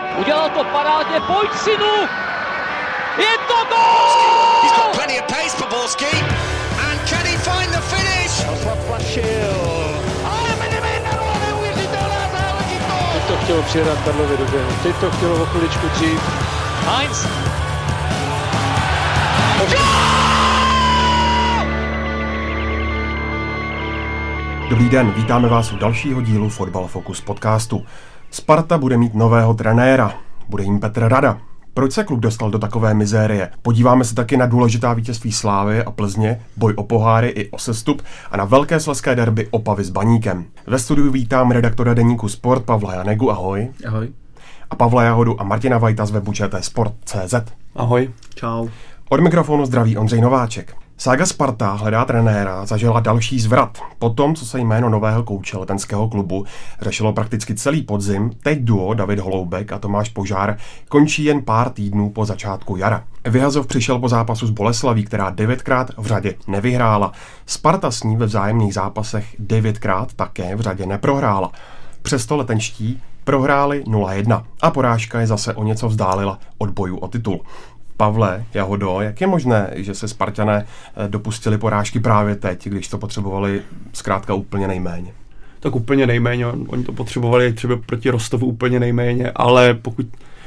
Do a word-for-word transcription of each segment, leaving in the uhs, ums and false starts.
Udělal to parádně, pojď synu! Je to gól! He's got plenty of pace for Borski. And can he find the finish? Ale Medemena, neuvěřitelná záležitost! Teď to chtělo přijedat Karlově do běhu, teď to chtělo o chviličku dřív. Heinz! Dobrý den, vítáme vás u dalšího dílu Fotbal Focus podcastu. Sparta bude mít nového trenéra, bude jim Petr Rada. Proč se klub dostal do takové mizérie? Podíváme se taky na důležitá vítězství Slávy a Plzně, boj o poháry i o sestup a na velké slezské derby Opavy s Baníkem. Ve studiu vítám redaktora deníku Sport Pavla Janegu, ahoj. Ahoj. A Pavla Jahodu a Martina Vajta z webu čtsport tečka cé zet. Ahoj. Čau. Od mikrofonu zdraví Ondřej Nováček. Sága Sparta hledá trenéra zažila další zvrat. Po tom, co se jméno nového kouče letenského klubu řešilo prakticky celý podzim, teď duo David Holoubek a Tomáš Požár končí jen pár týdnů po začátku jara. Vyhazov přišel po zápasu s Boleslaví, která devětkrát v řadě nevyhrála. Sparta s ní ve vzájemných zápasech devětkrát také v řadě neprohrála. Přesto letenští prohráli nula jedna a porážka je zase o něco vzdálila od bojů o titul. Pavle, Jahodo, jak je možné, že se Spartané dopustili porážky právě teď, když to potřebovali zkrátka úplně nejméně? Tak úplně nejméně, oni to potřebovali třeba proti Rostovu úplně nejméně, ale pokud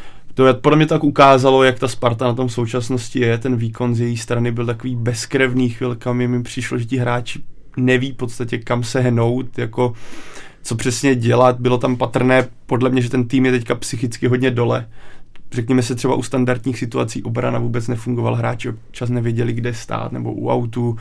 to podle mě tak ukázalo, jak ta Sparta na tom v současnosti je, ten výkon z její strany byl takový bezkrevný chvilkami, mi přišlo, že ti hráči neví v podstatě kam se hnout, jako co přesně dělat, bylo tam patrné podle mě, že ten tým je teďka psychicky hodně dole. Řekněme se třeba u standardních situací obrana vůbec nefungoval, hráči občas nevěděli, kde stát, nebo u autu.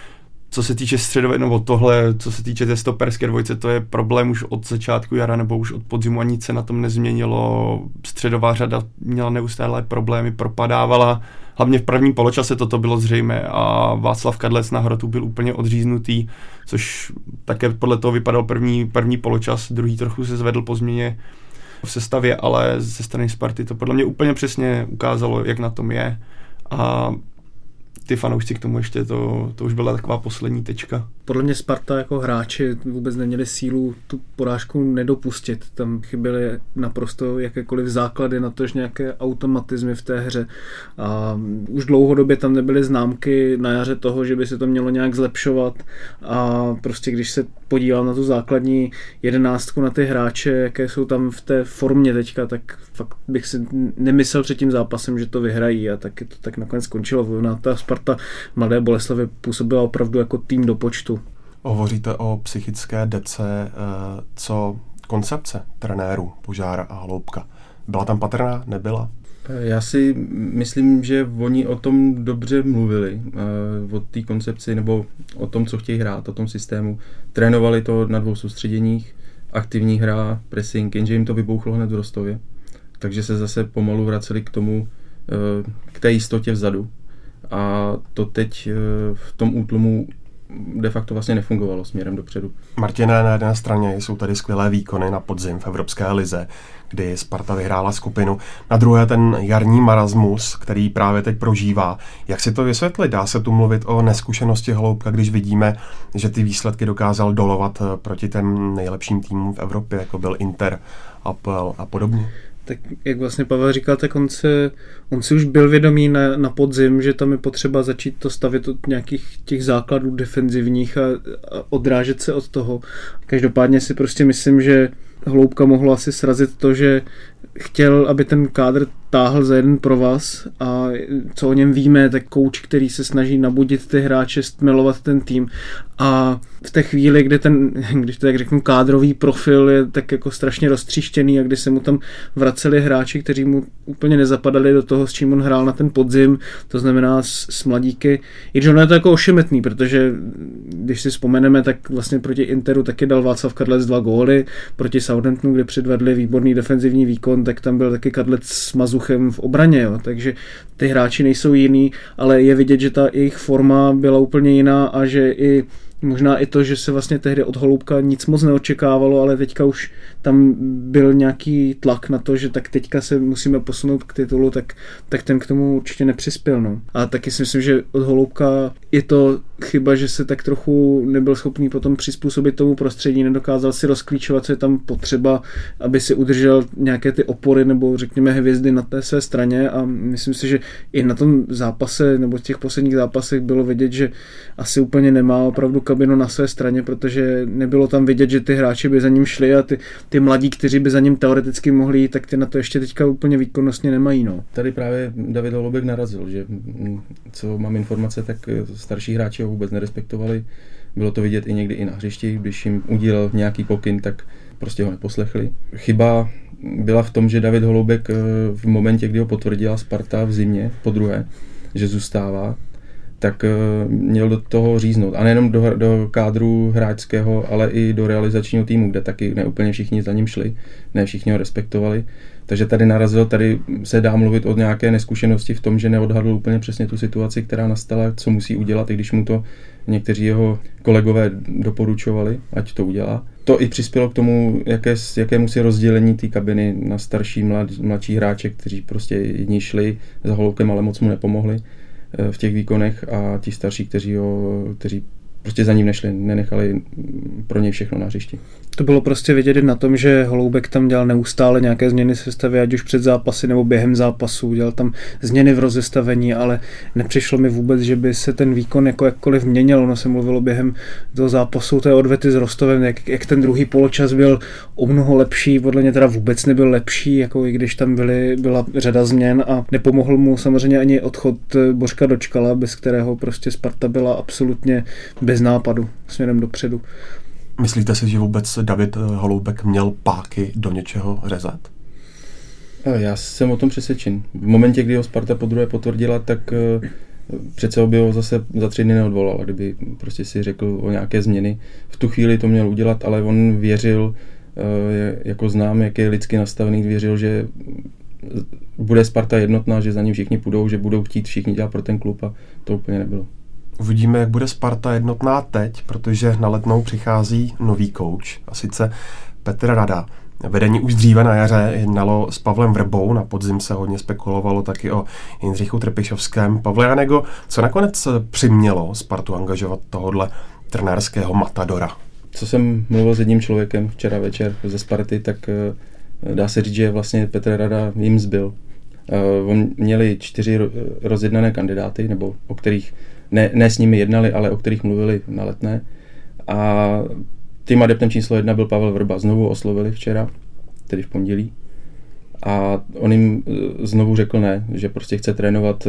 Co se týče středové, nebo tohle, co se týče té stoperské dvojce, to je problém už od začátku jara, nebo už od podzimu a nic se na tom nezměnilo. Středová řada měla neustále problémy, propadávala. Hlavně v prvním poločase toto bylo zřejmé a Václav Kadlec na hrotu byl úplně odříznutý, což také podle toho vypadal první, první poločas, druhý trochu se zvedl po změně v sestavě, ale ze strany Sparty to podle mě úplně přesně ukázalo, jak na tom je a ty fanoušci k tomu ještě, to, to už byla taková poslední tečka. Podle mě Sparta jako hráči vůbec neměli sílu tu porážku nedopustit. Tam chyběly naprosto jakékoliv základy na to, že nějaké automatizmy v té hře. A už dlouhodobě tam nebyly známky na jaře toho, že by se to mělo nějak zlepšovat. A prostě když se podívám na tu základní jedenáctku, na ty hráče, jaké jsou tam v té formě teďka, tak fakt bych si nemyslel před tím zápasem, že to vyhrají a taky to tak nakonec skončilo. Ta Sparta Mladé Boleslavi působila opravdu jako tým do počtu. Hovoříte o psychické dece, co koncepce trenérů Požára a Holoubka. Byla tam patrná? Nebyla? Já si myslím, že oni o tom dobře mluvili, o té koncepci nebo o tom, co chtějí hrát, o tom systému. Trénovali to na dvou soustředěních, aktivní hra, pressing, jenže jim to vybouchlo hned v Rostově. Takže se zase pomalu vraceli k tomu, k té jistotě vzadu. A to teď v tom útlumu de facto vlastně nefungovalo směrem dopředu. Martine, na jedné straně jsou tady skvělé výkony na podzim v Evropské lize, kdy Sparta vyhrála skupinu. Na druhé ten jarní marasmus, který právě teď prožívá. Jak si to vysvětlit? Dá se tu mluvit o neskušenosti Holoubka, když vidíme, že ty výsledky dokázal dolovat proti těm nejlepším týmům v Evropě, jako byl Inter, A P L a podobně? Tak jak vlastně Pavel říkal, tak on, se, on si už byl vědomý na, na podzim, že tam je potřeba začít to stavět od nějakých těch základů defenzivních a, a odrážet se od toho. Každopádně si prostě myslím, že Holoubka mohlo asi srazit to, že chtěl, aby ten kádr táhl za jeden provaz a co o něm víme, tak kouč, který se snaží nabudit ty hráče, stmelovat ten tým a v té chvíli, kdy ten, když to tak řeknu, kádrový profil je tak jako strašně roztříštěný a kdy se mu tam vraceli hráči, kteří mu úplně nezapadali do toho, s čím on hrál na ten podzim, to znamená s, s mladíky. I když ono je to jako ošemetný, protože když si vzpomeneme, tak vlastně proti Interu taky dal Václav Kadlec dva góly, proti Southamptonu, kde předvedli výborný defenzivní výkon, tak tam byl taky Kadlec s Mazuchem v obraně, jo. Takže ty hráči nejsou jiný, ale je vidět, že ta jejich forma byla úplně jiná a že i Možná i to, že se vlastně tehdy od Holoubka nic moc neočekávalo, ale teďka už tam byl nějaký tlak na to, že tak teďka se musíme posunout k titulu, tak, tak ten k tomu určitě nepřispěl. No. A taky si myslím, že od Holoubka je to chyba, že se tak trochu nebyl schopný potom přizpůsobit tomu prostředí, nedokázal si rozklíčovat, co je tam potřeba, aby si udržel nějaké ty opory nebo řekněme hvězdy na té své straně a myslím si, že i na tom zápase nebo těch posledních zápasech bylo vidět, že asi úplně nemá opravdu kabinu na své straně, protože nebylo tam vidět, že ty hráči by za ním šli a ty, ty mladí, kteří by za ním teoreticky mohli jít, tak ty na to ještě teďka úplně výkonnostně nemají. No. Tady právě David Holoubek narazil, že co mám informace, tak starší hráči ho vůbec nerespektovali. Bylo to vidět i někdy i na hřišti, když jim udělal nějaký pokyn, tak prostě ho neposlechli. Chyba byla v tom, že David Holoubek v momentě, kdy ho potvrdila Sparta v zimě, po druhé, že zůstává, tak měl do toho říznout. A nejenom do, do kádru hráčského, ale i do realizačního týmu, kde taky ne úplně všichni za ním šli, ne všichni ho respektovali. Takže tady narazil, tady se dá mluvit o nějaké neskušenosti v tom, že neodhadl úplně přesně tu situaci, která nastala, co musí udělat, i když mu to někteří jeho kolegové doporučovali, ať to udělá. To i přispělo k tomu, jaké, jakému si rozdělení té kabiny na starší, mlad, mladší hráče, kteří prostě jedni šli za Holoubkem, ale moc mu nepomohli v těch výkonech a ti starší, kteří, ho, kteří prostě za ním nešli, nenechali pro něj všechno na hřišti. To bylo prostě vidět na tom, že Holoubek tam dělal neustále nějaké změny sestavy, ať už před zápasy nebo během zápasů, dělal tam změny v rozestavení, ale nepřišlo mi vůbec, že by se ten výkon jako jakkoliv měnil. Ono se mluvilo během toho zápasu té odvety s Rostovem, jak, jak ten druhý poločas byl o mnoho lepší, podle mě teda vůbec nebyl lepší, jako i když tam byly, byla řada změn a nepomohl mu samozřejmě ani odchod Bořka Dočkala, bez kterého prostě Sparta byla absolutně bez nápadu směrem dopředu. Myslíte si, že vůbec David Holoubek měl páky do něčeho řezat? Já jsem o tom přesvědčen. V momentě, kdy ho Sparta podruhé potvrdila, tak přece by ho zase za tři dny neodvolal, kdyby prostě si řekl o nějaké změny. V tu chvíli to měl udělat, ale on věřil, jako znám, jak je lidsky nastavený, věřil, že bude Sparta jednotná, že za ním všichni půjdou, že budou chtít všichni dělat pro ten klub a to úplně nebylo. Uvidíme, jak bude Sparta jednotná teď, protože na Letnou přichází nový kouč, a sice Petr Rada. Vedení už dříve na jaře jednalo s Pavlem Vrbou, na podzim se hodně spekulovalo taky o Jindřichu Trpišovském. Pavle Janego, co nakonec přimělo Spartu angažovat tohodle trenérského matadora? Co jsem mluvil s jedním člověkem včera večer ze Sparty, tak dá se říct, že vlastně Petr Rada jim zbyl. On měli čtyři rozjednané kandidáty, nebo o kterých Ne, ne s nimi jednali, ale o kterých mluvili na Letné. A tím adeptem číslo jedna byl Pavel Vrba. Znovu oslovili včera, tedy v pondělí. A on jim znovu řekl ne, že prostě chce trénovat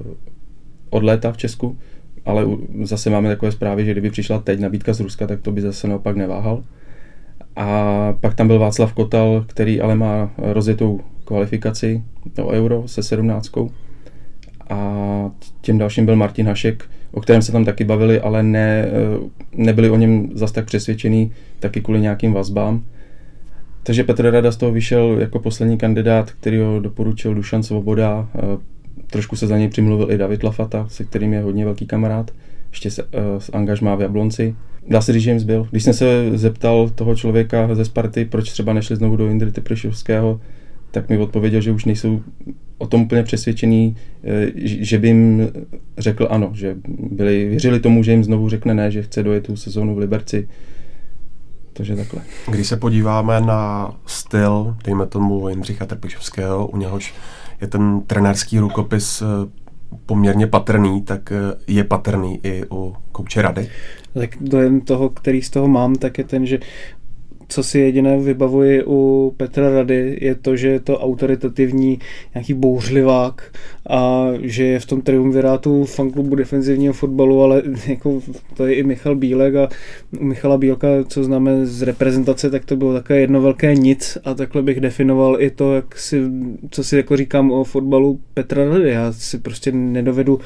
od léta v Česku, ale zase máme takové zprávy, že kdyby přišla teď nabídka z Ruska, tak to by zase naopak neváhal. A pak tam byl Václav Kotal, který ale má rozjetou kvalifikaci do Euro se sedmnáctkou. A tím dalším byl Martin Hašek, o kterém se tam taky bavili, ale ne, nebyli o něm zas tak přesvědčený, taky kvůli nějakým vazbám. Takže Petr Rada z toho vyšel jako poslední kandidát, který ho doporučil Dušan Svoboda. Trošku se za něj přimluvil i David Lafata, se kterým je hodně velký kamarád. Ještě se s angažmá v Jablonci. Dá se říct, že jim zbyl. Když jsem se zeptal toho člověka ze Sparty, proč třeba nešli znovu do Jindry Trpišovského, tak mi odpověděl, že už nejsou o tom úplně přesvědčení, že by jim řekl ano, že byli, věřili tomu, že jim znovu řekne ne, že chce dojet tu sezónu v Liberci. Takže takhle. Když se podíváme na styl, dejme tomu Jindřicha Trpišovského, u něhož je ten trenérský rukopis poměrně patrný, tak je patrný i u kouče Rady? Tak dojem toho, který z toho mám, tak je ten, že co si jediné vybavuji u Petra Rady, je to, že je to autoritativní nějaký bouřlivák a že je v tom triumvirátu fanklubu defenzivního fotbalu, ale jako to je i Michal Bílek a u Michala Bílka, co známe z reprezentace, tak to bylo také jedno velké nic a takhle bych definoval i to, jak si, co si jako říkám o fotbalu Petra Rady. Já si prostě nedovedu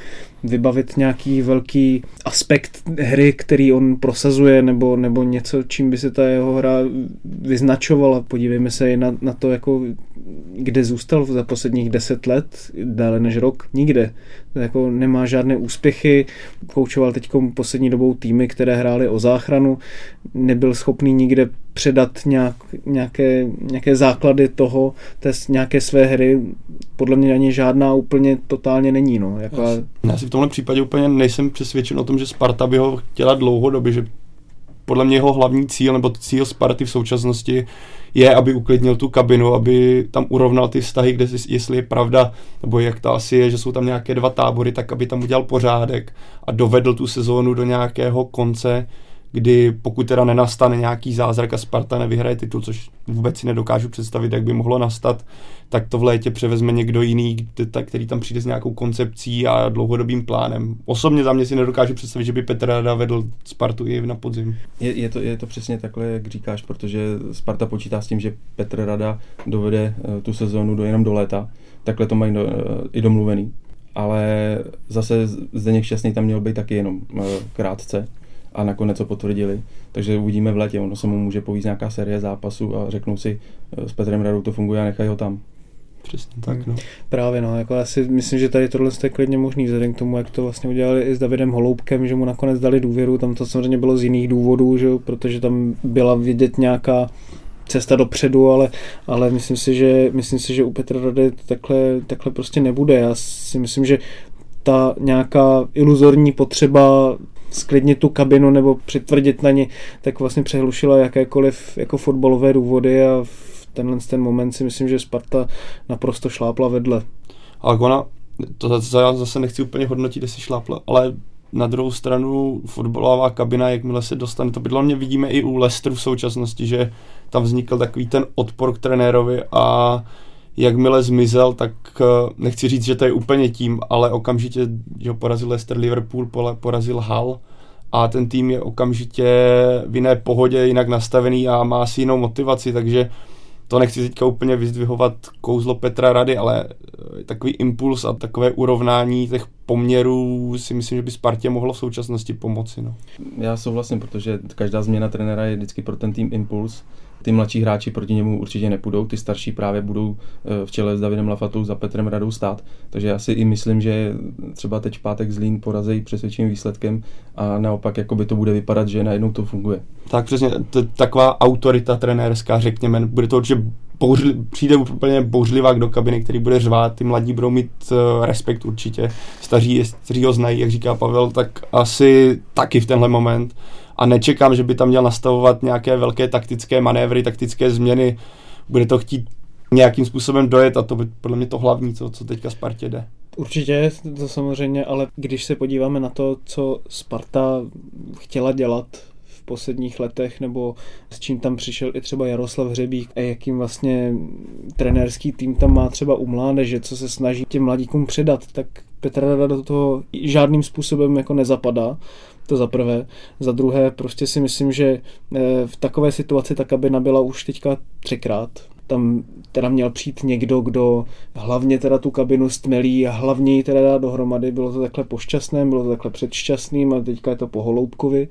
vybavit nějaký velký aspekt hry, který on prosazuje, nebo, nebo něco, čím by se ta jeho hra vyznačovala. Podívejme se i na, na to, jako, kde zůstal za posledních deset let, déle než rok, nikde. Jako nemá žádné úspěchy, koučoval teď poslední dobou týmy, které hrály o záchranu, nebyl schopný nikde předat nějak, nějaké, nějaké základy toho, té nějaké své hry, podle mě ani žádná úplně totálně není. No. Jako... Já si v tomhle případě úplně nejsem přesvědčen o tom, že Sparta by ho chtěla dlouhodobě, že podle mě jeho hlavní cíl, nebo cíl Sparty v současnosti je, aby uklidnil tu kabinu, aby tam urovnal ty vztahy, kde jestli je pravda, nebo jak to asi je, že jsou tam nějaké dva tábory, tak aby tam udělal pořádek a dovedl tu sezónu do nějakého konce, kdy pokud teda nenastane nějaký zázrak a Sparta nevyhraje titul, což vůbec si nedokážu představit, jak by mohlo nastat, tak to v létě převezme někdo jiný, který tam přijde s nějakou koncepcí a dlouhodobým plánem. Osobně za mě si nedokážu představit, že by Petr Rada vedl Spartu i na podzim. Je, je, to, je to přesně takhle, jak říkáš, protože Sparta počítá s tím, že Petr Rada dovede uh, tu sezónu do, jenom do léta. Takhle to mají do, uh, i domluvený. Ale zase Zdeněk Šťastný tam měl být taky jenom uh, krátce. A nakonec to potvrdili. Takže uvidíme v létě. Ono se mu může povíct nějaká série zápasů a řeknou si, s Petrem Radou to funguje a nechají ho tam. Přesně tak, no. Právě, no. Jako já si myslím, že tady tohle je klidně možný, vzhledem k tomu, jak to vlastně udělali i s Davidem Holoubkem, že mu nakonec dali důvěru. Tam to samozřejmě bylo z jiných důvodů, že? Protože tam byla vidět nějaká cesta dopředu, ale, ale myslím si, že, myslím si, že u Petra Rady takhle, takhle prostě nebude. Já si myslím, že ta nějaká iluzorní potřeba sklidnit tu kabinu nebo přitvrdit na ně, tak vlastně přehlušila jakékoliv jako fotbalové důvody a v tenhle ten moment si myslím, že Sparta naprosto šlápla vedle. Ale ona, to zase nechci úplně hodnotit, jestli šlápla, ale na druhou stranu fotbalová kabina, jakmile se dostane, to bydlo mě vidíme i u Leicesteru v současnosti, že tam vznikl takový ten odpor k trenérovi a jakmile zmizel, tak nechci říct, že to je úplně tím, ale okamžitě, že ho porazil Leicester, Liverpool porazil Hull a ten tým je okamžitě v jiné pohodě, jinak nastavený a má si jinou motivaci, takže to nechci teďka úplně vyzdvihovat kouzlo Petra Rady, ale takový impuls a takové urovnání těch poměrů si myslím, že by Spartě mohlo v současnosti pomoci. No. Já souhlasím, protože každá změna trenéra je vždycky pro ten tým impuls. Ty mladší hráči proti němu určitě nepůjdou, ty starší právě budou v čele s Davidem Lafatou za Petrem Radou stát. Takže já si i myslím, že třeba teď v pátek Zlín porazí přesvědčivým výsledkem a naopak jakoby to bude vypadat, že najednou to funguje. Tak přesně, to taková autorita trenérská, řekněme, bude to určitě bouřli, přijde úplně bouřlivák do kabiny, který bude řvát, ty mladí budou mít uh, respekt určitě, staří, kteří ho znají, jak říká Pavel, tak asi taky v tenhle moment. A nečekám, že by tam měl nastavovat nějaké velké taktické manévry, taktické změny. Bude to chtít nějakým způsobem dojet a to by podle mě to hlavní, co, co teďka Spartě jde. Určitě, to samozřejmě, ale když se podíváme na to, co Sparta chtěla dělat v posledních letech, nebo s čím tam přišel i třeba Jaroslav Hřebík a jakým vlastně trenérský tým tam má třeba u mládeže, co se snaží těm mladíkům předat, tak Petr Rada do toho žádným způsobem jako nezapadá. To za prvé. Za druhé, prostě si myslím, že v takové situaci ta kabina byla už teďka třikrát. Tam teda měl přijít někdo, kdo hlavně teda tu kabinu stmelí a hlavně ji teda dá dohromady. Bylo to takhle po šťastném, bylo to takhle před šťastným a teďka je to po Holoubkovi.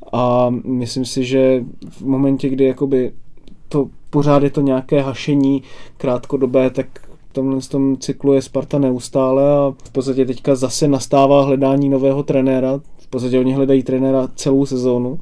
A myslím si, že v momentě, kdy jakoby to pořád je to nějaké hašení krátkodobé, tak v tomhle tom cyklu je Sparta neustále a v podstatě teďka zase nastává hledání nového trenéra. V podstatě oni hledají trenéra celou sezónu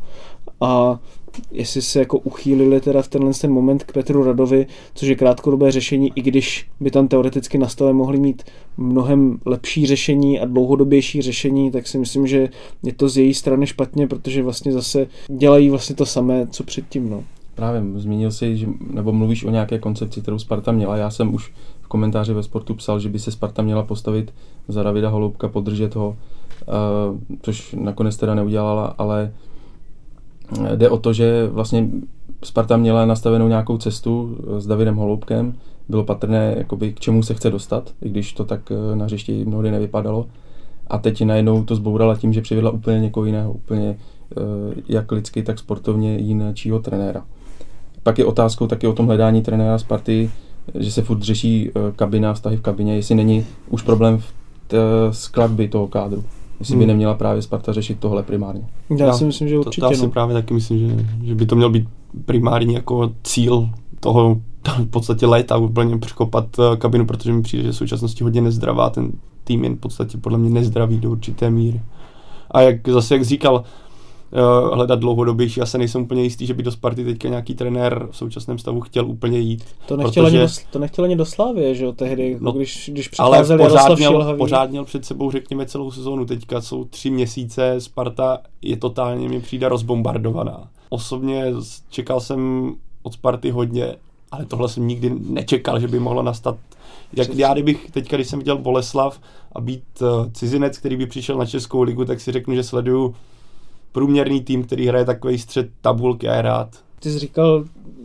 a jestli se jako uchýlili teda v tenhle ten moment k Petru Radovi, což je krátkodobé řešení, i když by tam teoreticky na stole mohli mít mnohem lepší řešení a dlouhodobější řešení, tak si myslím, že je to z její strany špatně, protože vlastně zase dělají vlastně to samé, co předtím. No. Právě, zmínil jsi, že, nebo mluvíš o nějaké koncepci, kterou Sparta měla. Já jsem už v komentáři ve Sportu psal, že by se Sparta měla postavit za Davida Holoubka, podržet ho, Uh, což nakonec teda neudělala, ale jde o to, že vlastně Sparta měla nastavenou nějakou cestu s Davidem Holoubkem, bylo patrné, jakoby, k čemu se chce dostat, i když to tak na hřišti mnohdy nevypadalo. A teď najednou to zbourala tím, že přivedla úplně někoho jiného, úplně uh, jak lidsky, tak sportovně jiného trenéra. Pak je otázkou taky o tom hledání trenéra Sparty, že se furt řeší uh, kabina, vztahy v kabině, jestli není už problém v t, skladby toho kádru. Jestli hmm. by neměla právě Sparta řešit tohle primárně. Já, Já si myslím, že určitě. To, to asi no. právě taky myslím, že, že by to měl být primární jako cíl toho v podstatě léta úplně překopat kabinu, protože mi přijde, že v současnosti hodně nezdravá, ten tým je v podstatě podle mě nezdravý do určité míry. A jak zase jak říkal, hledat dlouhodobější, já se nejsem úplně jistý, že by do Sparty teďka nějaký trenér v současném stavu chtěl úplně jít. To nechtěl, protože, ani, do, to nechtěl ani do Slávie, že jo, tehdy, no, když, když přicházel Jaroslav Šilhavý. Pořád měl před sebou, řekněme, celou sezónu, teďka jsou tři měsíce, Sparta je totálně, mi přijde, rozbombardovaná. Osobně čekal jsem od Sparty hodně, ale tohle jsem nikdy nečekal, že by mohlo nastat. Jak já, kdybych teďka, když jsem viděl Boleslav a být uh, cizinec, který by přišel na Českou ligu, tak si řeknu, že sleduju průměrný tým, který hraje takový střed tabulky a je rád. Ty jsi říkal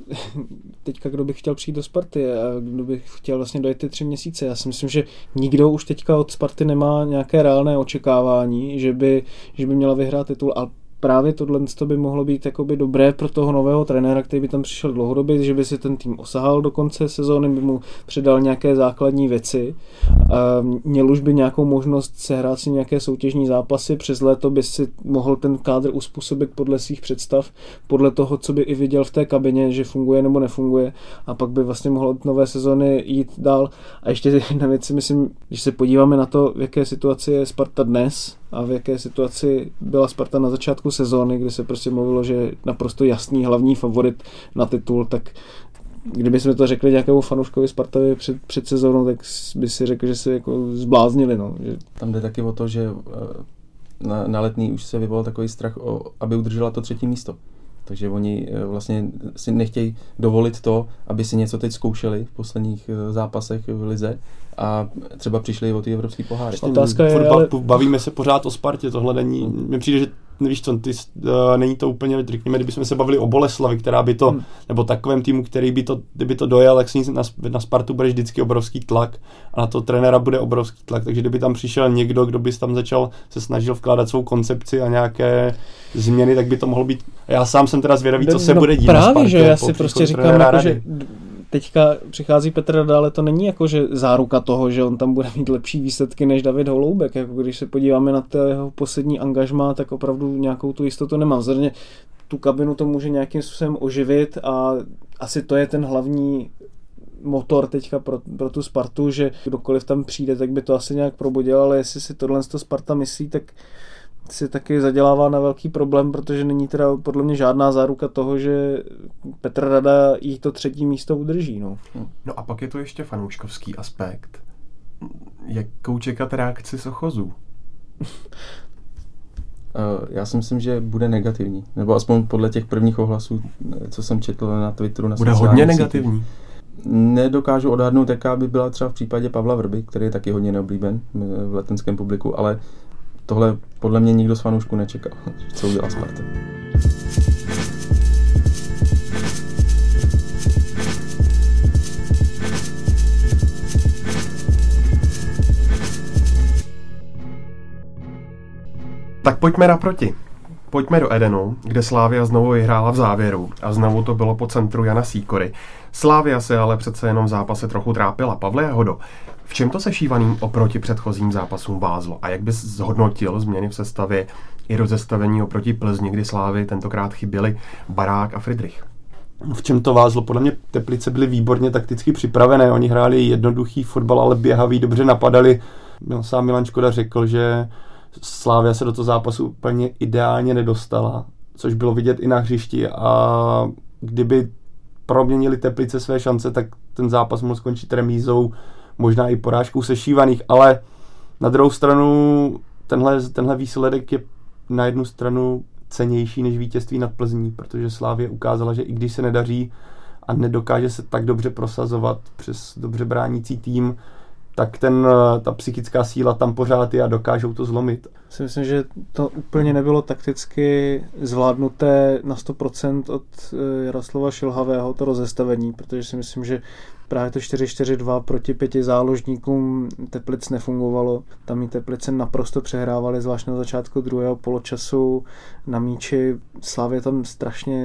teďka, kdo by chtěl přijít do Sparty a kdo by chtěl vlastně dojet ty tři měsíce. Já si myslím, že nikdo už teďka od Sparty nemá nějaké reálné očekávání, že by, že by měla vyhrát titul, ale právě tohle by mohlo být jakoby dobré pro toho nového trenéra, který by tam přišel dlouhodobě, že by si ten tým osahal do konce sezóny, by mu předal nějaké základní věci. Měl už by nějakou možnost sehrát si nějaké soutěžní zápasy, přes léto by si mohl ten kádr uspůsobit podle svých představ, podle toho, co by i viděl v té kabině, že funguje nebo nefunguje, a pak by vlastně mohl od nové sezóny jít dál. A ještě jedna věc si myslím, když se podíváme na to, v jaké situaci je Sparta dnes a v jaké situaci byla Sparta na začátku sezóny, kdy se prostě mluvilo, že je naprosto jasný hlavní favorit na titul, tak kdyby jsme to řekli nějakému fanouškovi Spartovi před, před sezónou, tak by si řekl, že se jako zbláznili. No. Že... Tam jde taky o to, že na, na Letný už se vyvolal takový strach, o, aby udržela to třetí místo. Takže oni vlastně si nechtějí dovolit to, aby si něco teď zkoušeli v posledních zápasech v lize a třeba přišli o ty evropský poháry. Otázka je, ale... Bavíme se pořád o Spartě, tohle není, mně přijde, že nevíš co, ty, uh, není to úplně, řekněme, kdybychom se bavili o Boleslavi, která by to, hmm. nebo takovém týmu, který by to, kdyby to dojel, tak si na, na Spartu bude vždycky obrovský tlak a na to trenéra bude obrovský tlak, takže kdyby tam přišel někdo, kdo by tam začal se snažil vkládat svou koncepci a nějaké změny, tak by to mohlo být, já sám jsem teda zvědavý, co se no, bude dít právě, na Spartě. Že já si prostě říkám, jako, že teďka přichází Petr Rada, ale to není jako, že záruka toho, že on tam bude mít lepší výsledky než David Holoubek. Jako když se podíváme na to jeho poslední angažmá, tak opravdu nějakou tu jistotu nemám. Zřejmě tu kabinu to může nějakým způsobem oživit a asi to je ten hlavní motor teďka pro, pro tu Spartu, že kdokoliv tam přijde, tak by to asi nějak probudil, ale jestli si tohle to Sparta myslí, tak si taky zadělává na velký problém, protože není teda podle mě žádná záruka toho, že Petr Rada jí to třetí místo udrží. No, no a pak je to ještě fanouškovský aspekt. Jakou čekat reakci Sochozů? Já si myslím, že bude negativní. Nebo aspoň podle těch prvních ohlasů, co jsem četl na Twitteru. Na bude hodně negativní. Nedokážu odhadnout, jaká by byla třeba v případě Pavla Vrby, který je taky hodně neoblíben v letenském publiku, ale tohle podle mě nikdo z fanoušků nečekal, co udělá Sparta. Tak pojďme naproti. Pojďme do Edenu, kde Slavia znovu vyhrála v závěru a znovu to bylo po centru Jana Sýkory. Slavia se ale přece jenom v zápase trochu trápila. Pavle Jahodo, v čem to sešívaným oproti předchozím zápasům vázlo a jak bys zhodnotil změny v sestavě i rozestavení oproti Plzni, kdy Slávy tentokrát chyběli Barák a Friedrich? V čem to vázlo? Podle mě Teplice byly výborně takticky připravené. Oni hráli jednoduchý fotbal, ale běhavý, dobře napadali. Sám Milan Škoda řekl, že Slavia se do toho zápasu úplně ideálně nedostala, což bylo vidět i na hřišti, a kdyby proměnili Teplice své šance, tak ten zápas mohl skončit remízou, možná i porážkou sešívaných, ale na druhou stranu tenhle, tenhle výsledek je na jednu stranu cennější než vítězství nad Plzní, protože Slavia ukázala, že i když se nedaří a nedokáže se tak dobře prosazovat přes dobře bránící tým, tak ten, ta psychická síla tam pořád je a dokážou to zlomit. Si myslím, že to úplně nebylo takticky zvládnuté na sto procent od Jaroslava Šilhavého, to rozestavení, protože si myslím, že právě to čtyři čtyři dva proti pěti záložníkům Teplic nefungovalo. Tam i Teplice naprosto přehrávali, zvlášť na začátku druhého poločasu na míči. Slavia tam strašně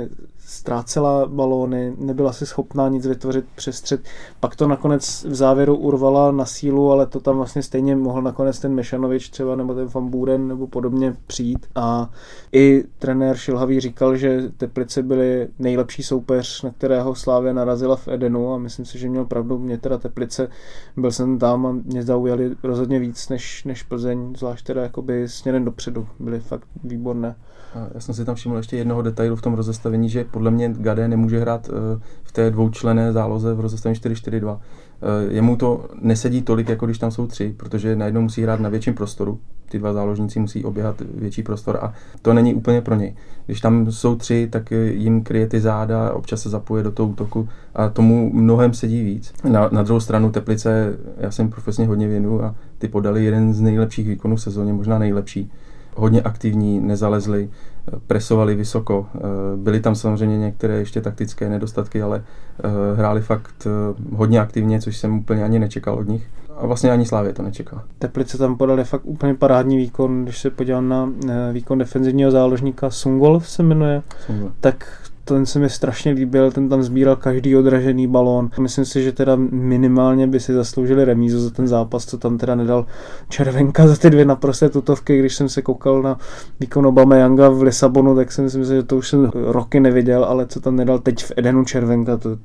ztrácela balóny, nebyla si schopná nic vytvořit přes střed. Pak to nakonec v závěru urvala na sílu, ale to tam vlastně stejně mohl nakonec ten Mešanovič třeba nebo ten Van Buren nebo podobně přijít. A i trenér Šilhavý říkal, že Teplice byly nejlepší soupeř, na kterého Slavia narazila v Edenu, a myslím si, že měl pravdu. Mě teda Teplice, byl jsem tam a mě zaujali rozhodně víc než, než Plzeň, zvlášť teda jakoby směrem dopředu. Byly fakt výborné. Já jsem si tam všiml ještě jednoho detailu v tom rozestavení, že podle mě Gade nemůže hrát v té dvoučlenné záloze v rozestavení čtyři čtyři dva. Jemu to nesedí tolik, jako když tam jsou tři, protože najednou musí hrát na větším prostoru. Ty dva záložníci musí oběhat větší prostor a to není úplně pro něj. Když tam jsou tři, tak jim kryje ty záda, občas se zapoje do toho útoku a tomu mnohem sedí víc. Na, na druhou stranu Teplice, já jsem profesně hodně věnu a ty podali jeden z nejlepších výkonů v sezóně, možná nejlepší. Hodně aktivní, nezalezli, presovali vysoko. Byly tam samozřejmě některé ještě taktické nedostatky, ale hráli fakt hodně aktivně, což jsem úplně ani nečekal od nich. A vlastně ani Slavie to nečekal. Teplice tam podali fakt úplně parádní výkon, když se podívám na výkon defenzivního záložníka Sungol se jmenuje, Sungol. Tak ten se mi strašně líbil, ten tam sbíral každý odražený balón. Myslím si, že teda minimálně by si zasloužili remízu za ten zápas, co tam teda nedal Červenka za ty dvě naprosté tutovky. Když jsem se koukal na výkon Aubameyanga v Lisabonu, tak jsem si myslel, že to už jsem roky neviděl, ale co tam nedal teď v Edenu Červenka, to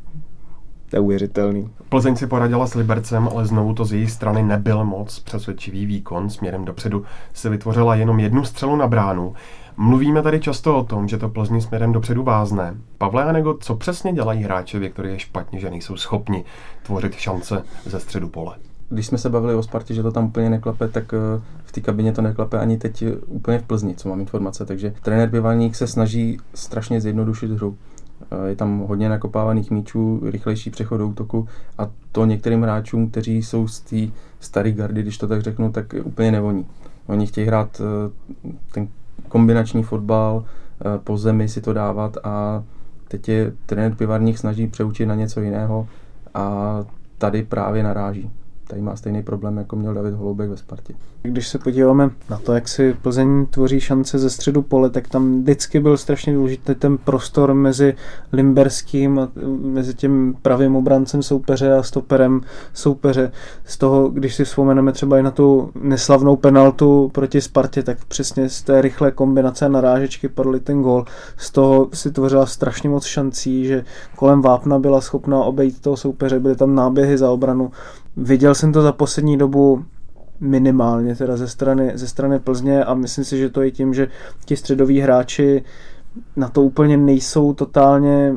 je uvěřitelný. Plzeň si poradila s Libercem, ale znovu to z její strany nebyl moc přesvědčivý výkon. Směrem dopředu se vytvořila jenom jednu střelu na bránu. Mluvíme tady často o tom, že to Plzni směrem dopředu vázne. Pavle Anego, co přesně dělají hráči, Viktorie, je špatně, že nejsou schopni tvořit šance ze středu pole? Když jsme se bavili o Spartě, že to tam úplně neklape, tak v té kabině to neklape ani teď úplně v Plzni, co mám informace. Takže trenér Pivarník se snaží strašně zjednodušit hru. Je tam hodně nakopávaných míčů, rychlejší přechod do útoku a to některým hráčům, kteří jsou z té staré gardy, když to tak řeknu, tak úplně nevoní. Oni chtějí hrát ten kombinační fotbal, po zemi si to dávat a teď je trenér Pivarník snaží přeučit na něco jiného a tady právě naráží. Tady má stejný problém, jako měl David Holoubek ve Spartě. Když se podíváme na to, jak si Plzeň tvoří šance ze středu pole, tak tam vždycky byl strašně důležitý ten prostor mezi Limberským a mezi tím pravým obrancem soupeře a stoperem soupeře. Z toho, když si vzpomeneme třeba i na tu neslavnou penaltu proti Spartě, tak přesně z té rychlé kombinace a narážečky padl ten gól. Z toho si tvořila strašně moc šancí, že kolem vápna byla schopná obejít toho soupeře, byly tam náběhy za obranu. Viděl jsem to za poslední dobu minimálně teda ze strany, ze strany Plzně a myslím si, že to je tím, že ti středoví hráči na to úplně nejsou totálně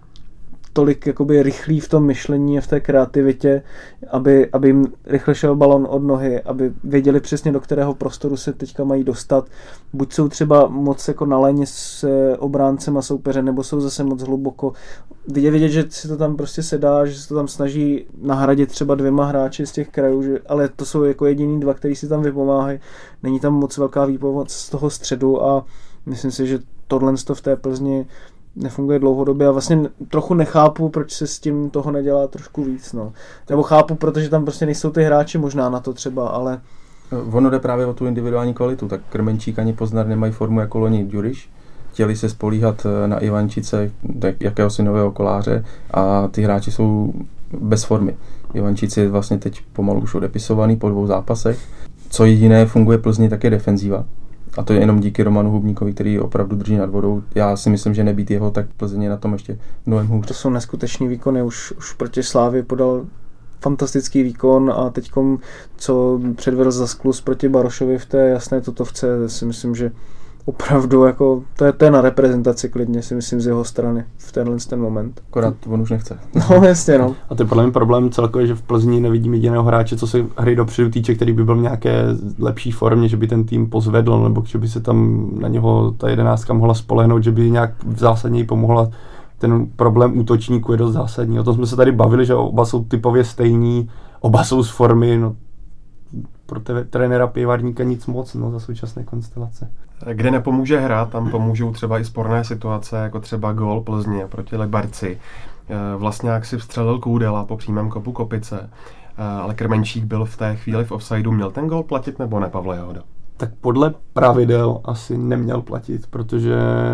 tolik jakoby rychlí v tom myšlení a v té kreativitě, aby, aby jim rychle šel balon od nohy, aby věděli přesně, do kterého prostoru se teďka mají dostat. Buď jsou třeba moc jako na léně s obráncem a soupeře, nebo jsou zase moc hluboko. Vidět, vidět, že si to tam prostě sedá, že se to tam snaží nahradit třeba dvěma hráči z těch krajů, že, ale to jsou jako jediný dva, kteří si tam vypomáhají. Není tam moc velká výpomoc z toho středu a myslím si, že tohle v té Plzni nefunguje dlouhodobě a vlastně trochu nechápu, proč se s tím toho nedělá trošku víc. No. Nebo chápu, protože tam prostě nejsou ty hráči možná na to třeba, ale... Ono jde právě o tu individuální kvalitu, tak Krmenčík ani Poznar nemají formu jako loni Ďuriš. Chtěli se spolíhat na Ivančice, jakéhosi nového koláře a ty hráči jsou bez formy. Ivančic je vlastně teď pomalu už odepisovaný po dvou zápasech. Co jediné funguje Plzni, tak je defenziva. A to je jenom díky Romanu Hubníkovi, který opravdu drží nad vodou. Já si myslím, že nebýt jeho, tak Plzeň je na tom ještě mnohem hůř. To jsou neskutečný výkony. Už, už proti Slávii podal fantastický výkon a teďkom, co předvedl za skluz proti Barošovi v té jasné tutovce, si myslím, že opravdu jako, to je, to je na reprezentaci klidně, si myslím, z jeho strany v tenhle ten moment. Akorát on už nechce. No jasně, no. A to je podle mě problém celkově, že v Plzni nevidím jediného hráče, co se hry dopředu týče, který by byl v nějaké lepší formě, že by ten tým pozvedl, nebo že by se tam na něho ta jedenáctka mohla spolehnout, že by nějak zásadněji pomohla. Ten problém útočníků je dost zásadní. O tom jsme se tady bavili, že oba jsou typově stejní, oba jsou z formy, no pro te- trenéra Pivarníka nic moc, no, za současné konstelace. Kde nepomůže hra, tam pomůžou třeba i sporné situace, jako třeba gól Plzně proti Liberci. Vlastně jak si vstřelil Koudela po přímém kopu Kopice, ale Krmenčík byl v té chvíli v offsideu. Měl ten gól platit nebo ne, Pavle Johodo? Tak podle pravidel asi neměl platit, protože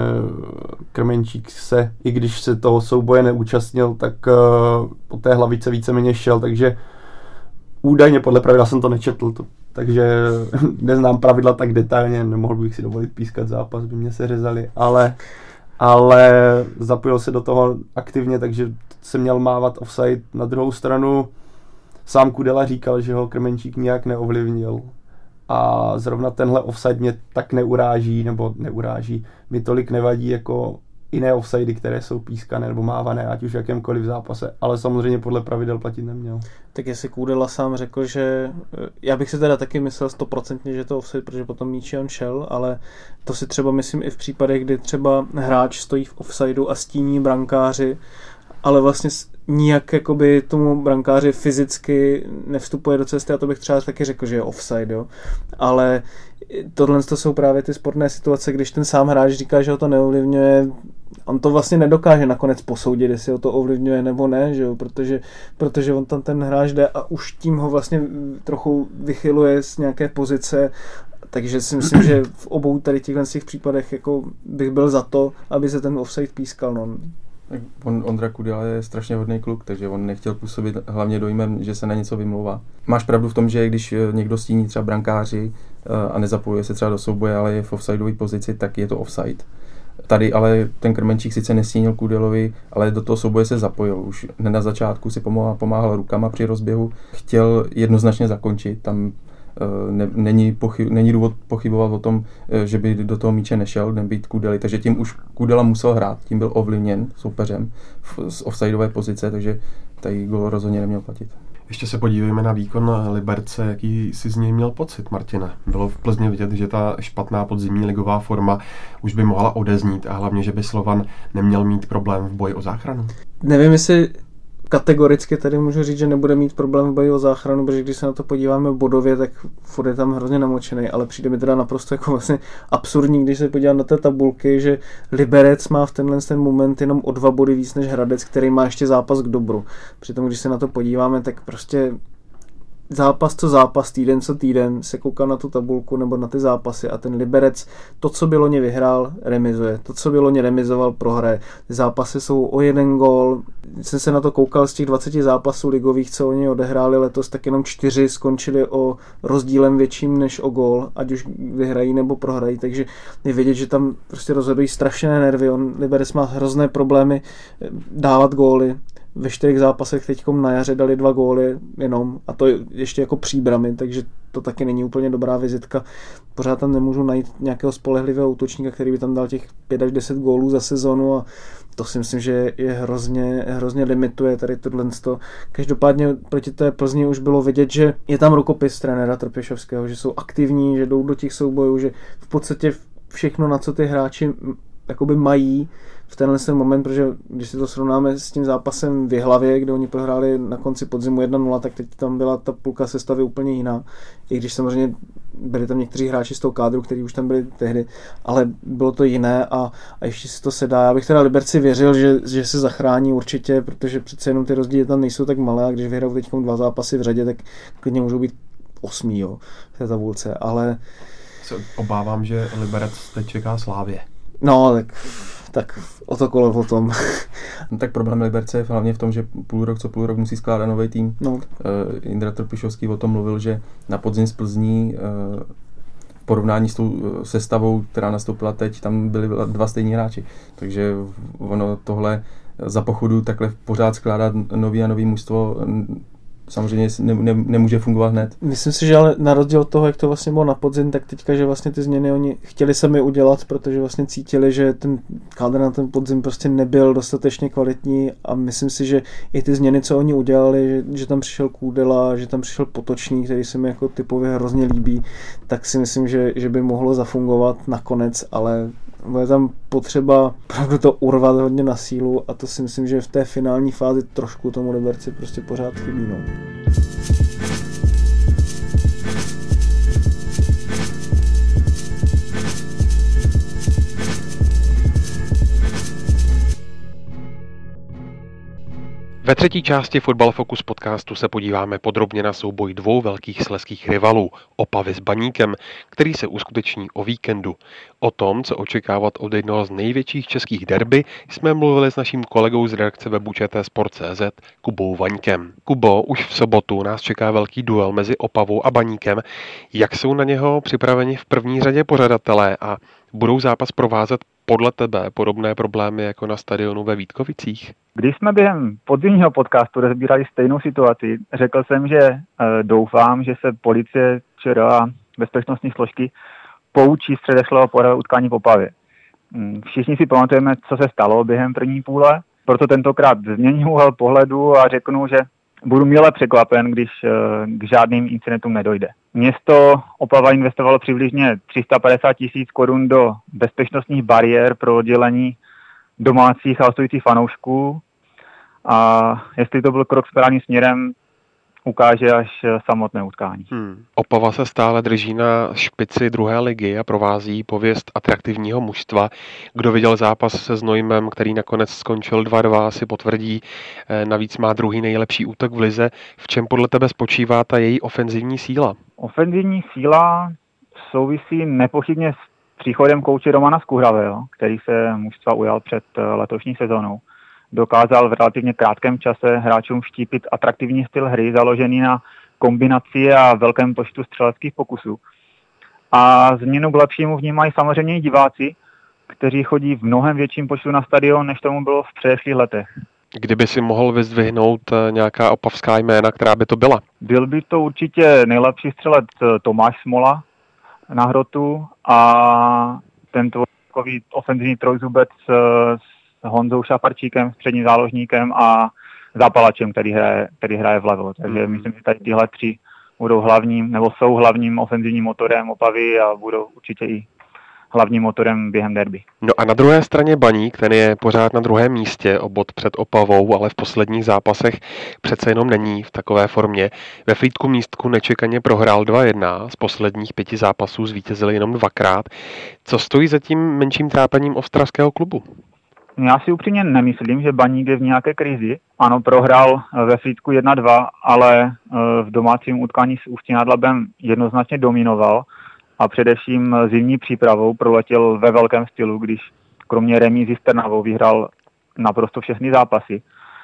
Krmenčík se, i když se toho souboje neúčastnil, tak uh, po té hlavice víceméně šel, takže údajně podle pravidla jsem to nečetl, to, takže neznám pravidla tak detailně, nemohl bych si dovolit pískat zápas, by mě se řezali, ale, ale zapojil se do toho aktivně, takže se měl mávat offside. Na druhou stranu sám Kudela říkal, že ho Krmenčík nijak neovlivnil. A zrovna tenhle offside mě tak neuráží, nebo neuráží, mi tolik nevadí jako jiné offsidy, které jsou pískané nebo mávané, ať už v jakémkoliv zápase, ale samozřejmě podle pravidel platit neměl. Tak jestli Kudela sám řekl, že já bych si teda taky myslel stoprocentně, že to offside, protože potom míči on šel, ale to si třeba myslím i v případech, kdy třeba hráč stojí v offsideu a stíní brankáři, ale vlastně nijak jakoby tomu brankáři fyzicky nevstupuje do cesty, a to bych třeba taky řekl, že je offside, jo. Ale tohle to jsou právě ty sporné situace, když ten sám hráč říká, že ho to neovlivňuje, on to vlastně nedokáže nakonec posoudit, jestli ho to ovlivňuje nebo ne, že jo, protože, protože on tam ten hráč jde a už tím ho vlastně trochu vychyluje z nějaké pozice. Takže si myslím, že v obou tady těchto případech jako bych byl za to, aby se ten offside pískal. No. On, Ondra Kudela je strašně hodný kluk, takže on nechtěl působit hlavně dojmem, že se na něco vymlouvá. Máš pravdu v tom, že když někdo stíní třeba brankáři a nezapojuje se třeba do souboje, ale je v offsideové pozici, tak je to offside. Tady ale ten Krmenčík sice nestínil Kudelovi, ale do toho souboje se zapojil. Už hned na začátku si pomáhal, pomáhal rukama při rozběhu, chtěl jednoznačně zakončit, tam Ne, není, pochyb, není důvod pochybovat o tom, že by do toho míče nešel, nebýt Kudely, takže tím už Kudela musel hrát, tím byl ovlivněn soupeřem z offsideové pozice, takže tady gól rozhodně neměl platit. Ještě se podívejme na výkon Liberce, jaký si z něj měl pocit, Martine. Bylo v Plzni vidět, že ta špatná podzimní ligová forma už by mohla odeznít a hlavně, že by Slovan neměl mít problém v boji o záchranu. Nevím, jestli kategoricky tady můžu říct, že nebude mít problém v boji o záchranu, protože když se na to podíváme bodově, tak furt je tam hrozně namočený, ale přijde mi teda naprosto jako vlastně absurdní, když se podívám na té tabulky, že Liberec má v tenhle ten moment jenom o dva body víc než Hradec, který má ještě zápas k dobru. Přitom, když se na to podíváme, tak prostě zápas co zápas, týden co týden se kouká na tu tabulku nebo na ty zápasy a ten Liberec to, co by loni vyhrál, remizuje. To, co by loni remizoval, prohraje. Ty zápasy jsou o jeden gól. Když jsem se na to koukal z těch dvaceti zápasů ligových, co oni odehráli letos, tak jenom čtyři skončili o rozdílem větším než o gól, ať už vyhrají nebo prohrají. Takže je vidět, že tam prostě rozhodují strašné nervy. On, Liberec má hrozné problémy dávat góly. Ve čtyřech zápasech teďkom na jaře dali dva góly jenom a to ještě jako příbramy, takže to taky není úplně dobrá vizitka. Pořád tam nemůžu najít nějakého spolehlivého útočníka, který by tam dal těch pět až deset gólů za sezonu a to si myslím, že je hrozně, hrozně limituje tady tohle. Každopádně proti té Plzni už bylo vidět, že je tam rukopis trenéra Trpišovského, že jsou aktivní, že jdou do těch soubojů, že v podstatě všechno, na co ty hráči jakoby mají v tenhle ten moment, protože když si to srovnáme s tím zápasem v Jihlavě, kde oni prohráli na konci podzimu jedna nula, tak teď tam byla ta půlka sestavy úplně jiná. I když samozřejmě byli tam někteří hráči z toho kádru, kteří už tam byli tehdy, ale bylo to jiné a, a ještě si to sedá. Já bych teda Liberci věřil, že, že se zachrání určitě, protože přece jenom ty rozdíly tam nejsou tak malé a když vyhrajou teď dva zápasy v řadě, tak klidně můžou být osmý, jo, v té tabulce, ale se obávám, že Liberec teď čeká Slávě. No, tak, tak o to kolo potom. No, tak problém Liberce je hlavně v tom, že půl rok co půl rok musí skládat nový tým. No. Uh, Indra Trpišovský o tom mluvil, že na podzim z Plzní uh, v porovnání s tou sestavou, která nastoupila teď, tam byli dva stejní hráči. Takže ono tohle za pochodu takhle pořád skládat nový a nový mužstvo samozřejmě ne, ne, nemůže fungovat hned. Myslím si, že ale na rozdíl od toho, jak to vlastně bylo na podzim, tak teďka, že vlastně ty změny oni chtěli sami udělat, protože vlastně cítili, že ten kádr na ten podzim prostě nebyl dostatečně kvalitní a myslím si, že i ty změny, co oni udělali, že, že tam přišel Kůdela, že tam přišel Potočný, který se mi jako typově hrozně líbí, tak si myslím, že, že by mohlo zafungovat nakonec, ale bude tam potřeba pravdu to urvat hodně na sílu a to si myslím, že v té finální fázi trošku tomu Liberci prostě pořád chybí. No. Ve třetí části Fotbal Focus podcastu se podíváme podrobně na souboj dvou velkých slezských rivalů, Opavy s Baníkem, který se uskuteční o víkendu. O tom, co očekávat od jednoho z největších českých derby, jsme mluvili s naším kolegou z redakce webu čtsport tečka cé zet, Kubou Vaňkem. Kubo, už v sobotu nás čeká velký duel mezi Opavou a Baníkem. Jak jsou na něho připraveni v první řadě pořadatelé a budou zápas provázet podle tebe podobné problémy jako na stadionu ve Vítkovicích? Když jsme během podzimního podcastu rozbírali stejnou situaci, řekl jsem, že e, doufám, že se policie, ČR a bezpečnostní složky poučí z předešlého pořadu utkání v Opavě. Všichni si pamatujeme, co se stalo během první půle, proto tentokrát změním úhel pohledu a řeknu, že budu mile překvapen, když e, k žádným incidentům nedojde. Město Opava investovalo přibližně tři sta padesát tisíc korun do bezpečnostních bariér pro oddělení domácích a hostujících fanoušků. A jestli to byl krok správným směrem, ukáže až samotné utkání. Hmm. Opava se stále drží na špici druhé ligy a provází pověst atraktivního mužstva. Kdo viděl zápas se Znojmem, který nakonec skončil dva dva, si potvrdí. Navíc má druhý nejlepší útok v lize. V čem podle tebe spočívá ta její ofenzivní síla? Ofenzivní síla souvisí nepochybně s příchodem kouče Romana Skuhravého, který se mužstva ujal před letošní sezónou. Dokázal v relativně krátkém čase hráčům vštípit atraktivní styl hry, založený na kombinaci a velkém počtu střeleckých pokusů. A změnu k lepšímu vnímají samozřejmě i diváci, kteří chodí v mnohem větším počtu na stadion, než tomu bylo v předešlých letech. Kdyby si mohl vyzdvihnout nějaká opavská jména, která by to byla? Byl by to určitě nejlepší střelec Tomáš Smola na hrotu a tento takový ofenzivní trojzubec s Honzou Šafarčíkem, středním záložníkem a Zápalačem, který hraje, který hraje vlevo. Takže mm. myslím, že tady tyhle tři budou hlavním, nebo jsou hlavním ofenzivním motorem Opavy a budou určitě i hlavním motorem během derby. No a na druhé straně Baník, ten je pořád na druhém místě, o bod před Opavou, ale v posledních zápasech přece jenom není v takové formě. Ve Frýdku Místku nečekaně prohrál dva jedna, z posledních pěti zápasů zvítězili jenom dvakrát. Co stojí za tím menším trápením ostravského klubu? Já si upřímně nemyslím, že Baník je v nějaké krizi. Ano, prohrál ve Frýdku jedna dva, ale v domácím utkání s Ústí nad Labem jednoznačně dominoval a především zimní přípravou proletěl ve velkém stylu, když kromě remízy s Trnavou vyhrál naprosto všechny zápasy.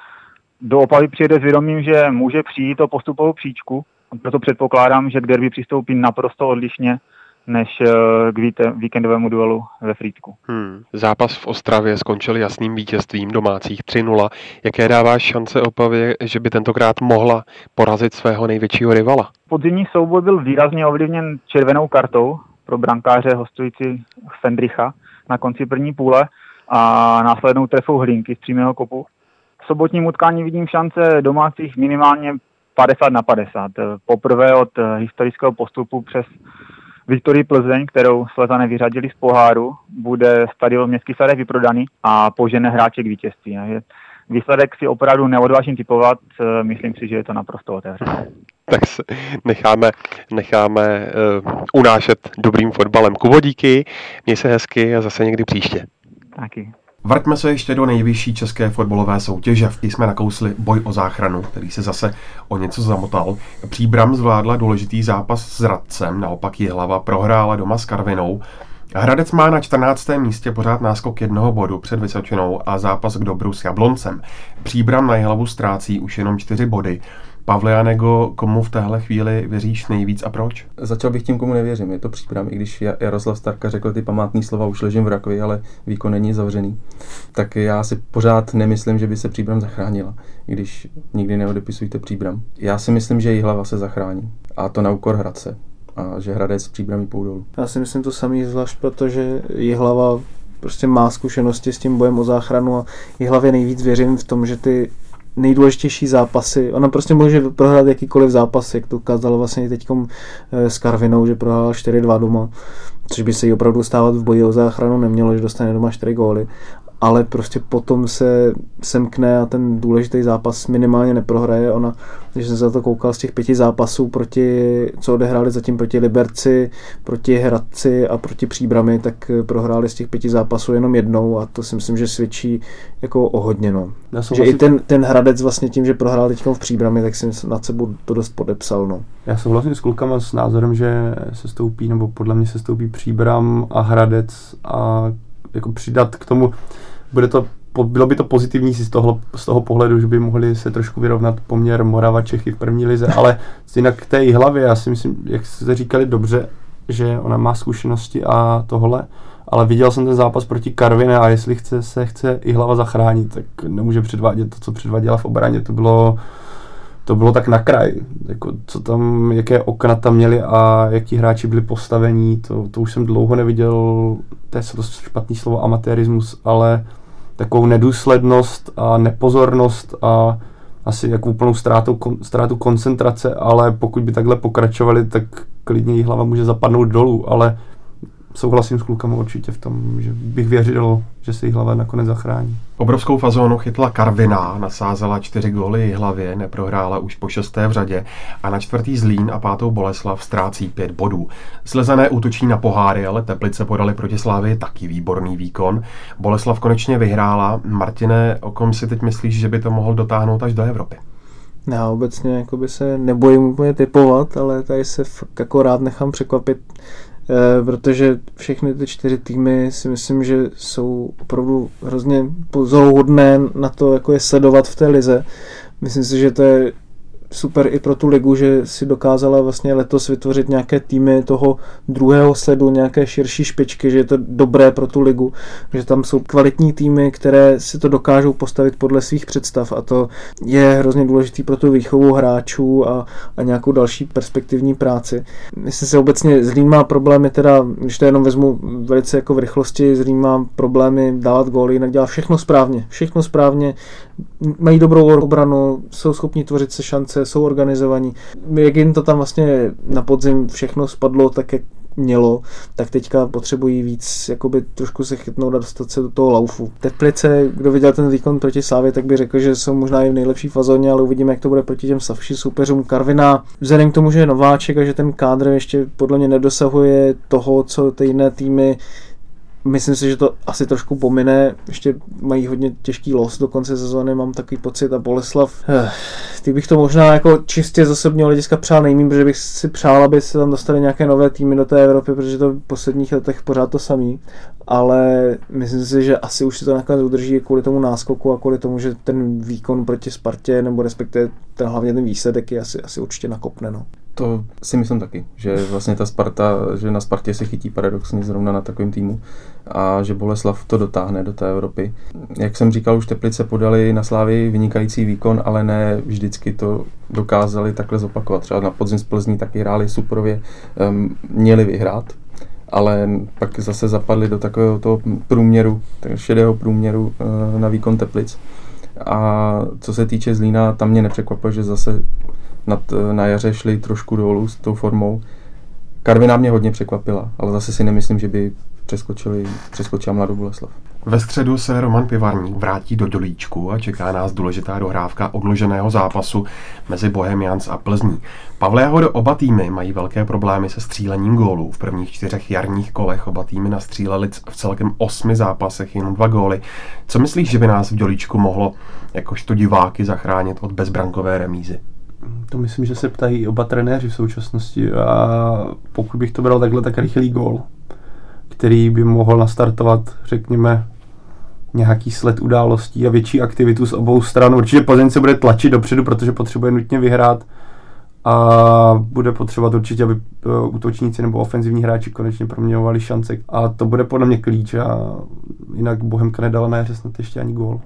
Do Opavy přijede s vědomím, že může přijít o postupovou příčku, proto předpokládám, že k derby přistoupí naprosto odlišně než k víkendovému duelu ve Frýdku. Hmm. Zápas v Ostravě skončil jasným vítězstvím domácích tři nula. Jaké dáváš šance Opavě, že by tentokrát mohla porazit svého největšího rivala? Podzimní souboj byl výrazně ovlivněn červenou kartou pro brankáře hostující Fendricha na konci první půle a následnou trefou Hlinky z přímého kopu. V sobotním utkání vidím šance domácích minimálně padesát na padesát. Poprvé od historického postupu přes Viktorii Plzeň, kterou Slezané vyřadili z poháru, bude stadion Městský Sadek vyprodaný a požene hráče k vítězství. Výsledek si opravdu neodvážím tipovat, myslím si, že je to naprosto otevřené. Tak se necháme, necháme uh, unášet dobrým fotbalem. Kubo, díky, měj se hezky a zase někdy příště. Taky. Vraťme se ještě do nejvyšší české fotbalové soutěže. V jsme nakousli boj o záchranu, který se zase o něco zamotal. Příbram zvládla důležitý zápas s Hradcem, naopak Jihlava prohrála doma s Karvinou. Hradec má na čtrnáctém místě pořád náskok jednoho bodu před Vysočinou a zápas k dobru s Jabloncem. Příbram na Jihlavu ztrácí už jenom čtyři body. Pavle Janego, komu v téhle chvíli věříš nejvíc a proč? Začal bych tím, komu nevěřím. Je to Příbram, i když Jaroslav Starka řekl ty památný slova, už ležím v rakvi, ale výkon není zavřený. Tak já si pořád nemyslím, že by se Příbram zachránila, i když nikdy neodepisujte Příbram. Já si myslím, že Jihlava se zachrání. A to na úkor Hradce. A že Hradec Příbramí půjdou dolů. Já si myslím to samý, zvlášť protože Jihlava prostě má zkušenosti s tím bojem o záchranu a Jihlavě nejvíc věřím v tom, že ty nejdůležitější zápasy. Ona prostě může prohrát jakýkoliv zápas, jak to ukázalo vlastně teďkom s Karvinou, že prohrála čtyři dva doma, což by se jí opravdu stávat v boji o záchranu nemělo, že dostane doma čtyři góly. ale prostě potom se semkne a ten důležitý zápas minimálně neprohraje. Ona, když jsem se za to koukal z těch pěti zápasů, proti, co odehráli zatím proti Liberci, proti Hradci a proti Příbrami, tak prohráli z těch pěti zápasů jenom jednou a to si myslím, že svědčí jako o hodně. No. Že i ten, ten Hradec vlastně tím, že prohrál teď v Příbrami, tak si nad sebou to dost podepsal. No. Já souhlasím s klukama s názorem, že se stoupí, nebo podle mě se stoupí Příbram a Hradec a jako přidat k tomu, bude to, bylo by to pozitivní si z toho, z toho pohledu, že by mohli se trošku vyrovnat poměr Morava Čechy v první lize, ale jinak k té Jihlavě, já si myslím, jak jste říkali dobře, že ona má zkušenosti a tohle, ale viděl jsem ten zápas proti Karviné a jestli chce, se chce Jihlava zachránit, tak nemůže předvádět to, co předváděla v obraně, to bylo To bylo tak na kraj, jako co tam, jaké okna tam měli a jaký hráči byli postavení, to, to už jsem dlouho neviděl, to je dost špatný slovo amatérismus, ale takovou nedůslednost a nepozornost a asi jako úplnou ztrátu, ztrátu koncentrace, ale pokud by takhle pokračovali, tak klidně Jihlava může zapadnout dolů, ale souhlasím s klukama určitě v tom, že bych věřil, že se Jihlava nakonec zachrání. Obrovskou fazónu chytla Karviná, nasázela čtyři góly Jihlavě, neprohrála už po šesté v řadě a na čtvrtý Zlín a pátou Boleslav ztrácí pět bodů. Slezané útočí na poháry, ale Teplice podali proti Slávii taky výborný výkon. Boleslav konečně vyhrála. Martine, o kom si teď myslíš, že by to mohl dotáhnout až do Evropy? Já obecně jakoby se nebojím úplně typovat, ale tady se fakt jako rád nechám překvapit, eh, protože všechny ty čtyři týmy si myslím, že jsou opravdu hrozně pozoruhodné na to, jako je sledovat v té lize. Myslím si, že to je super i pro tu ligu, že si dokázala vlastně letos vytvořit nějaké týmy toho druhého sledu, nějaké širší špičky, že je to dobré pro tu ligu, že tam jsou kvalitní týmy, které si to dokážou postavit podle svých představ a to je hrozně důležitý pro tu výchovu hráčů a, a nějakou další perspektivní práci. Myslím si obecně, Zlín má problémy teda, když to jenom vezmu velice jako v rychlosti, Zlín má problémy dávat góly, jinak dělá všechno správně, všechno správně, mají dobrou obranu, jsou schopni tvořit se šance, jsou organizovaní. Jak jim to tam vlastně na podzim všechno spadlo tak, jak mělo, tak teďka potřebují víc jakoby trošku se chytnout a dostat se do toho laufu. Teplice, kdo viděl ten výkon proti Slávii, tak by řekl, že jsou možná i v nejlepší fazóně, ale uvidíme, jak to bude proti těm slabším soupeřům. Karviná, vzhledem k tomu, že je nováček a že ten kádr ještě podle mě nedosahuje toho, co ty jiné týmy. Myslím si, že to asi trošku pomine, ještě mají hodně těžký los do konce sezóny, mám takový pocit a Boleslav, eh, ty bych to možná jako čistě z osobního hlediska přál nejmín, protože bych si přál, aby se tam dostali nějaké nové týmy do té Evropy, protože to v posledních letech pořád to samý, ale myslím si, že asi už si to nakonec udrží kvůli tomu náskoku a kvůli tomu, že ten výkon proti Spartě, nebo respektive ten hlavně ten výsledek je asi, asi určitě nakopne. No. To si myslím taky, že vlastně ta Sparta, že na Spartě se chytí paradoxně zrovna na takovém týmu a že Boleslav to dotáhne do té Evropy. Jak jsem říkal, už Teplice podali na Slávii vynikající výkon, ale ne vždycky to dokázali takhle zopakovat. Třeba na podzim z Plzní taky hráli superově, um, měli vyhrát, ale pak zase zapadli do takového toho průměru, šedého průměru uh, na výkon Teplic. A co se týče Zlína, tam mě nepřekvapuje, že zase nad, na jaře šli trošku dolů s tou formou. Karviná mě hodně překvapila, ale zase si nemyslím, že by přeskočili, přeskočila Mladou Boleslav. Ve středu se Roman Pivarník vrátí do Dolíčku a čeká nás důležitá dohrávka odloženého zápasu mezi Bohemians a Plzní. Pavle Jahode, oba týmy mají velké problémy se střílením gólů. V prvních čtyřech jarních kolech oba týmy nastříleli v celkem osmi zápasech jenom dva góly. Co myslíš, že by nás v Dolíčku mohlo jakožto diváky zachránit od bezbrankové remízy? To myslím, že se ptají oba trenéři v současnosti a pokud bych to bral takhle, tak rychlý gól, který by mohl nastartovat, řekněme, nějaký sled událostí a větší aktivitu z obou stran. Určitě Plzeň se bude tlačit dopředu, protože potřebuje nutně vyhrát a bude potřebovat určitě, aby útočníci nebo ofenzivní hráči konečně proměňovali šance a to bude podle mě klíč a jinak Bohemka nedala na jaře snad ještě ani gól.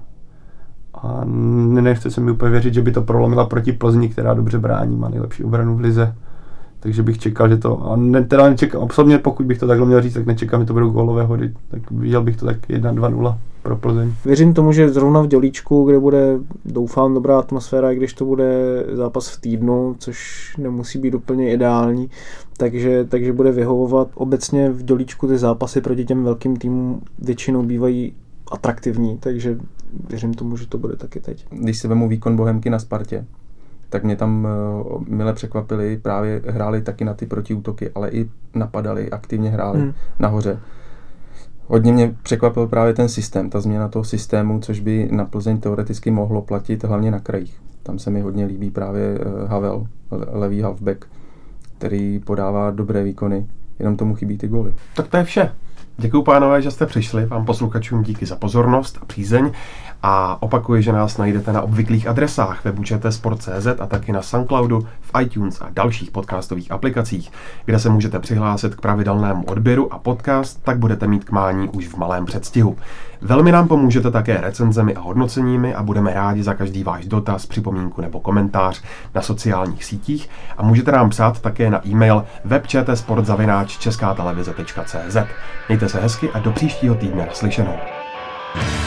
A nechce se mi úplně věřit, že by to prolomila proti Plzni, která dobře brání, má nejlepší obranu v lize. Takže bych čekal, že to, a ne, teda nečekám, osobně pokud bych to takhle měl říct, tak nečekám, že to budou gólové hody, tak viděl bych to tak jedna dva nula pro Plzeň. Věřím tomu, že zrovna v Dělíčku, kde bude, doufám, dobrá atmosféra, i když to bude zápas v týdnu, což nemusí být úplně ideální, takže, takže bude vyhovovat. Obecně v Dělíčku ty zápasy proti těm velkým týmům většinou bývají atraktivní, takže věřím tomu, že to bude taky teď. Když si vemu výkon Bohemky na Spartě, tak mě tam uh, mile překvapili, právě hráli taky na ty protiútoky, ale i napadali, aktivně hráli hmm. nahoře. Hodně mě překvapil právě ten systém, ta změna toho systému, což by na Plzeň teoreticky mohlo platit hlavně na krajích. Tam se mi hodně líbí právě uh, Havel, levý halfback, který podává dobré výkony, jenom tomu chybí ty góly. Tak to je vše. Děkuji, pánové, že jste přišli, vám posluchačům díky za pozornost a přízeň a opakuji, že nás najdete na obvyklých adresách webu č t sport tečka c z a taky na Soundcloudu, v iTunes a dalších podcastových aplikacích, kde se můžete přihlásit k pravidelnému odběru a podcast tak budete mít k mání už v malém předstihu. Velmi nám pomůžete také recenzemi a hodnoceními a budeme rádi za každý váš dotaz, připomínku nebo komentář na sociálních sítích a můžete nám psát také na e-mail webčtsport zavináč česká televize tečka c z. Mějte se hezky a do příštího týdne naslyšenou.